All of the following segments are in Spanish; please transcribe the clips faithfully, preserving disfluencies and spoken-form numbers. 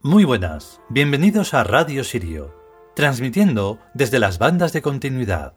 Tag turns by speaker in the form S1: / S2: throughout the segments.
S1: Muy buenas, bienvenidos a Radio Sirio, transmitiendo desde las bandas de continuidad.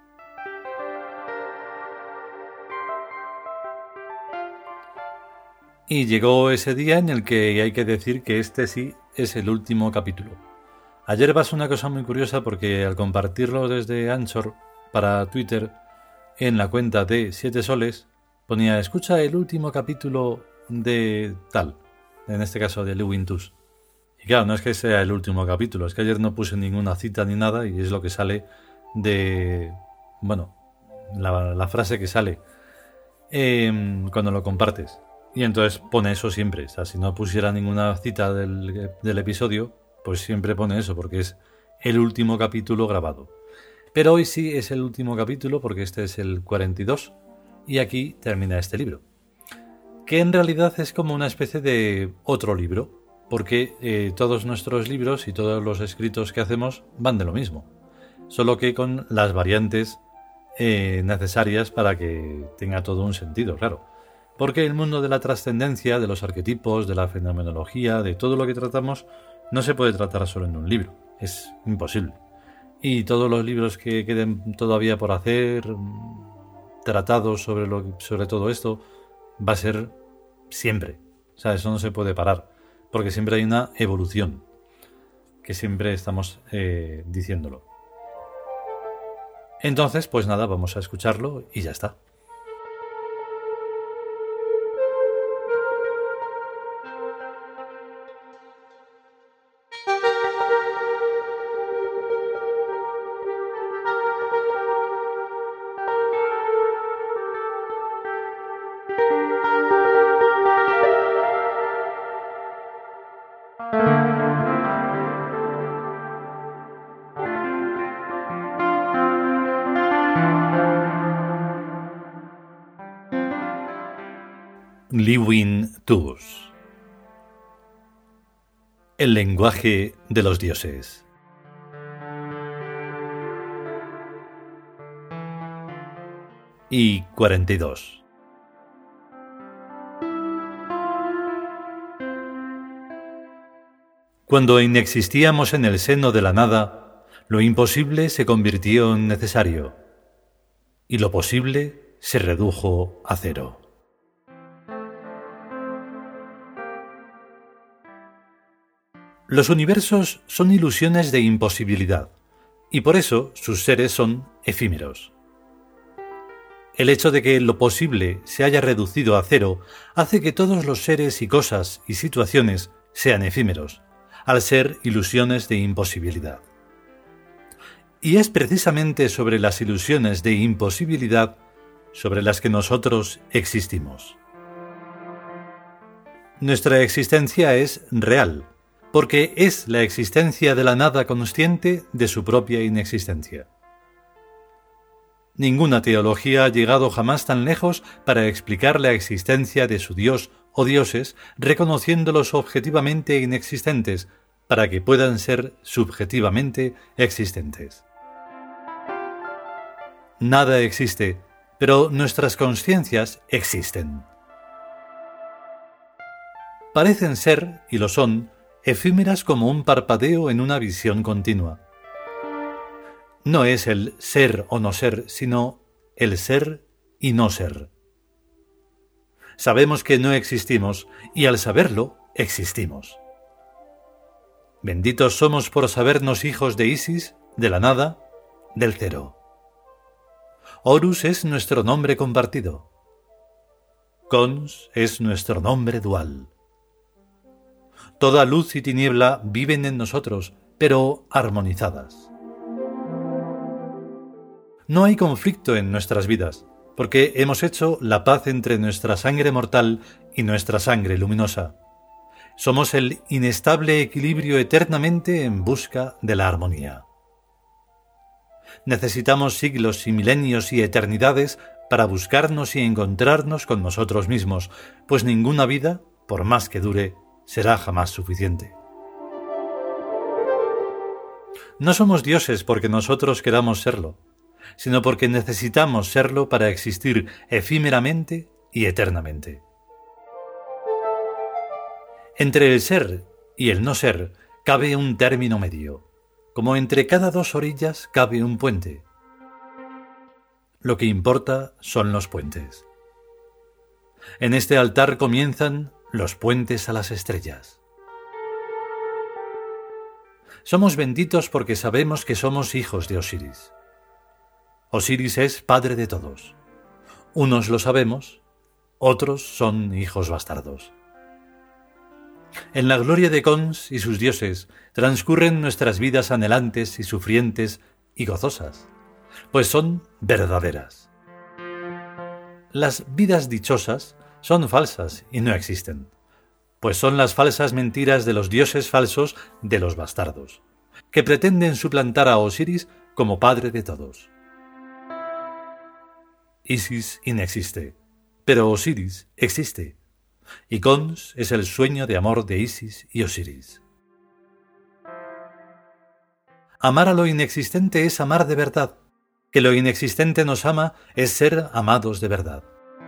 S1: Y llegó ese día en el que hay que decir que este sí es el último capítulo. Ayer pasó una cosa muy curiosa porque al compartirlo desde Anchor para Twitter en la cuenta de Siete Soles ponía escucha el último capítulo de tal, en este caso de Lewin Tus. Y claro, no es que sea el último capítulo, es que ayer no puse ninguna cita ni nada y es lo que sale de... bueno, la, la frase que sale eh, cuando lo compartes. Y entonces pone eso siempre, o sea, si no pusiera ninguna cita del, del episodio, pues siempre pone eso, porque es el último capítulo grabado. Pero hoy sí es el último capítulo porque este es el cuarenta y dos y aquí termina este libro. Que en realidad es como una especie de otro libro, porque eh, todos nuestros libros y todos los escritos que hacemos van de lo mismo, solo que con las variantes eh, necesarias para que tenga todo un sentido, claro. Porque el mundo de la trascendencia, de los arquetipos, de la fenomenología, de todo lo que tratamos, no se puede tratar solo en un libro, es imposible. Y todos los libros que queden todavía por hacer, tratados sobre, lo, sobre todo esto, va a ser siempre, o sea, eso no se puede parar. Porque siempre hay una evolución, que siempre estamos eh, diciéndolo. Entonces, pues nada, vamos a escucharlo y ya está. Lewin Tus. El lenguaje de los dioses. Y cuarenta y dos. Cuando inexistíamos en el seno de la nada, lo imposible se convirtió en necesario, y lo posible se redujo a cero. Los universos son ilusiones de imposibilidad, y por eso sus seres son efímeros. El hecho de que lo posible se haya reducido a cero hace que todos los seres y cosas y situaciones sean efímeros, al ser ilusiones de imposibilidad. Y es precisamente sobre las ilusiones de imposibilidad sobre las que nosotros existimos. Nuestra existencia es real, porque es la existencia de la nada consciente de su propia inexistencia. Ninguna teología ha llegado jamás tan lejos para explicar la existencia de su Dios o dioses, reconociéndolos objetivamente inexistentes, para que puedan ser subjetivamente existentes. Nada existe, pero nuestras conciencias existen. Parecen ser, y lo son, efímeras como un parpadeo en una visión continua. No es el ser o no ser, sino el ser y no ser. Sabemos que no existimos, y al saberlo, existimos. Benditos somos por sabernos hijos de Isis, de la nada, del cero. Horus es nuestro nombre compartido. Cons es nuestro nombre dual. Toda luz y tiniebla viven en nosotros, pero armonizadas. No hay conflicto en nuestras vidas, porque hemos hecho la paz entre nuestra sangre mortal y nuestra sangre luminosa. Somos el inestable equilibrio eternamente en busca de la armonía. Necesitamos siglos y milenios y eternidades para buscarnos y encontrarnos con nosotros mismos, pues ninguna vida, por más que dure, será jamás suficiente. No somos dioses porque nosotros queramos serlo, sino porque necesitamos serlo para existir efímeramente y eternamente. Entre el ser y el no ser cabe un término medio, como entre cada dos orillas cabe un puente. Lo que importa son los puentes. En este altar comienzan los puentes a las estrellas. Somos benditos porque sabemos que somos hijos de Osiris. Osiris es padre de todos. Unos lo sabemos, otros son hijos bastardos. En la gloria de Cons y sus dioses transcurren nuestras vidas anhelantes y sufrientes y gozosas, pues son verdaderas. Las vidas dichosas son falsas y no existen, pues son las falsas mentiras de los dioses falsos de los bastardos, que pretenden suplantar a Osiris como padre de todos. Isis inexiste, pero Osiris existe, y Cons es el sueño de amor de Isis y Osiris. Amar a lo inexistente es amar de verdad. Que lo inexistente nos ama es ser amados de verdad.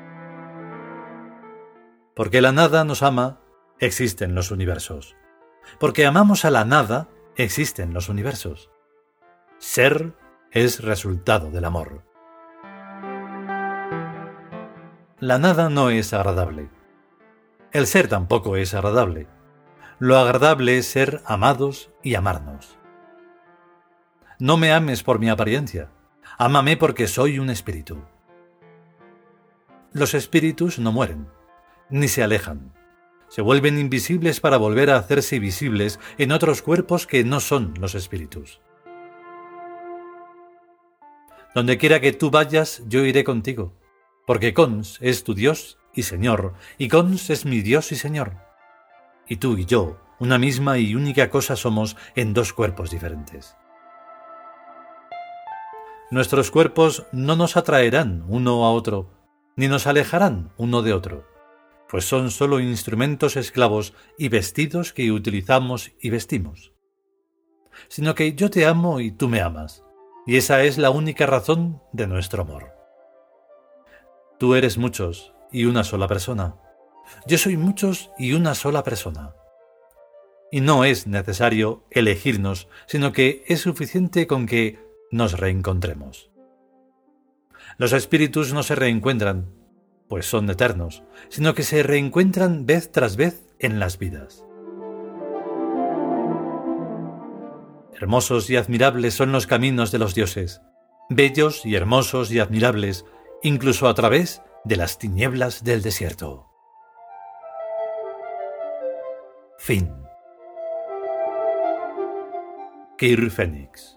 S1: Porque la nada nos ama, existen los universos. Porque amamos a la nada, existen los universos. Ser es resultado del amor. La nada no es agradable. El ser tampoco es agradable. Lo agradable es ser amados y amarnos. No me ames por mi apariencia. Ámame porque soy un espíritu. Los espíritus no mueren, ni se alejan. Se vuelven invisibles para volver a hacerse visibles en otros cuerpos que no son los espíritus. Donde quiera que tú vayas, yo iré contigo, porque Cons es tu Dios y Señor, y Cons es mi Dios y Señor. Y tú y yo, una misma y única cosa somos en dos cuerpos diferentes. Nuestros cuerpos no nos atraerán uno a otro, ni nos alejarán uno de otro, pues son sólo instrumentos esclavos y vestidos que utilizamos y vestimos. Sino que yo te amo y tú me amas, y esa es la única razón de nuestro amor. Tú eres muchos y una sola persona. Yo soy muchos y una sola persona. Y no es necesario elegirnos, sino que es suficiente con que nos reencontremos. Los espíritus no se reencuentran, pues son eternos, sino que se reencuentran vez tras vez en las vidas. Hermosos y admirables son los caminos de los dioses, bellos y hermosos y admirables, incluso a través de las tinieblas del desierto. Fin. Kir Fénix.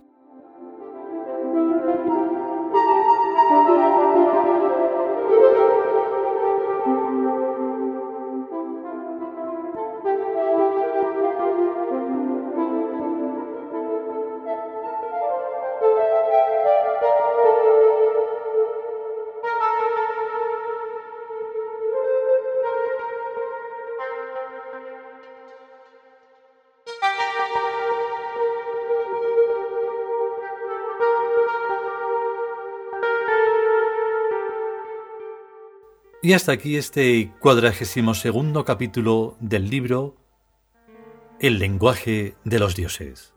S1: Y hasta aquí este cuadragésimo segundo capítulo del libro El lenguaje de los dioses.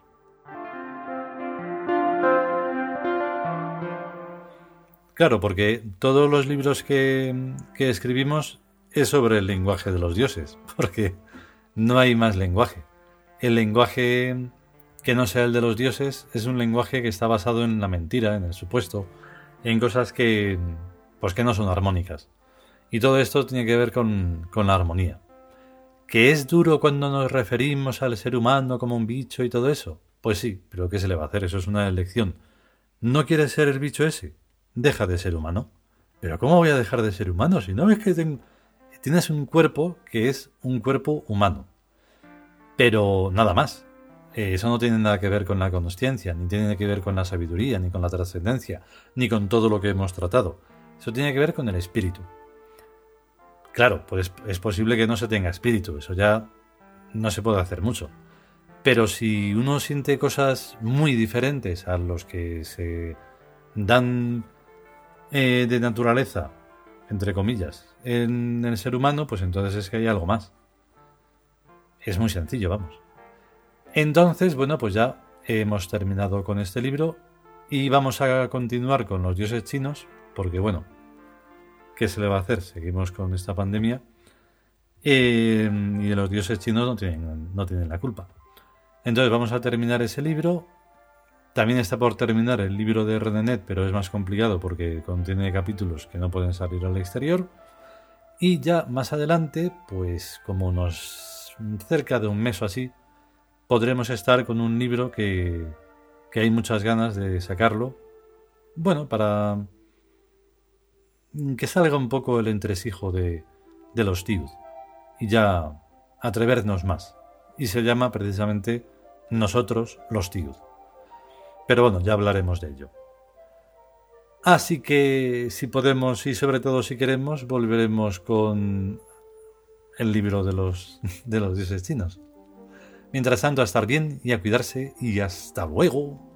S1: Claro, porque todos los libros que, que escribimos es sobre el lenguaje de los dioses, porque no hay más lenguaje. El lenguaje que no sea el de los dioses es un lenguaje que está basado en la mentira, en el supuesto, en cosas que... pues que no son armónicas. Y todo esto tiene que ver con, con la armonía. ¿Que es duro cuando nos referimos al ser humano como un bicho y todo eso? Pues sí, pero ¿qué se le va a hacer? Eso es una elección. ¿No quieres ser el bicho ese? Deja de ser humano. ¿Pero cómo voy a dejar de ser humano? Si no ves que ten... tienes un cuerpo que es un cuerpo humano. Pero nada más. Eh, eso no tiene nada que ver con la consciencia, ni tiene que ver con la sabiduría, ni con la trascendencia, ni con todo lo que hemos tratado. Eso tiene que ver con el espíritu. Claro, pues es posible que no se tenga espíritu, eso ya no se puede hacer mucho. Pero si uno siente cosas muy diferentes a los que se dan eh, de naturaleza, entre comillas, en el ser humano, pues entonces es que hay algo más. es muy sencillo, vamos. Entonces, bueno, pues ya hemos terminado con este libro y vamos a continuar con los dioses chinos, porque bueno, ¿qué se le va a hacer? Seguimos con esta pandemia eh, y los dioses chinos no tienen, no tienen la culpa. Entonces vamos a terminar ese libro. También está por terminar el libro de Renenet, pero es más complicado porque contiene capítulos que no pueden salir al exterior. Y ya más adelante, pues como unos cerca de un mes o así, podremos estar con un libro que, que hay muchas ganas de sacarlo. Bueno, para que salga un poco el entresijo de, de los Tiud y ya atrevernos más. Y se llama precisamente Nosotros los Tiud. Pero bueno, ya hablaremos de ello. Así que si podemos y sobre todo si queremos, volveremos con el libro de los, de los dioses chinos. Mientras tanto, a estar bien y a cuidarse y hasta luego.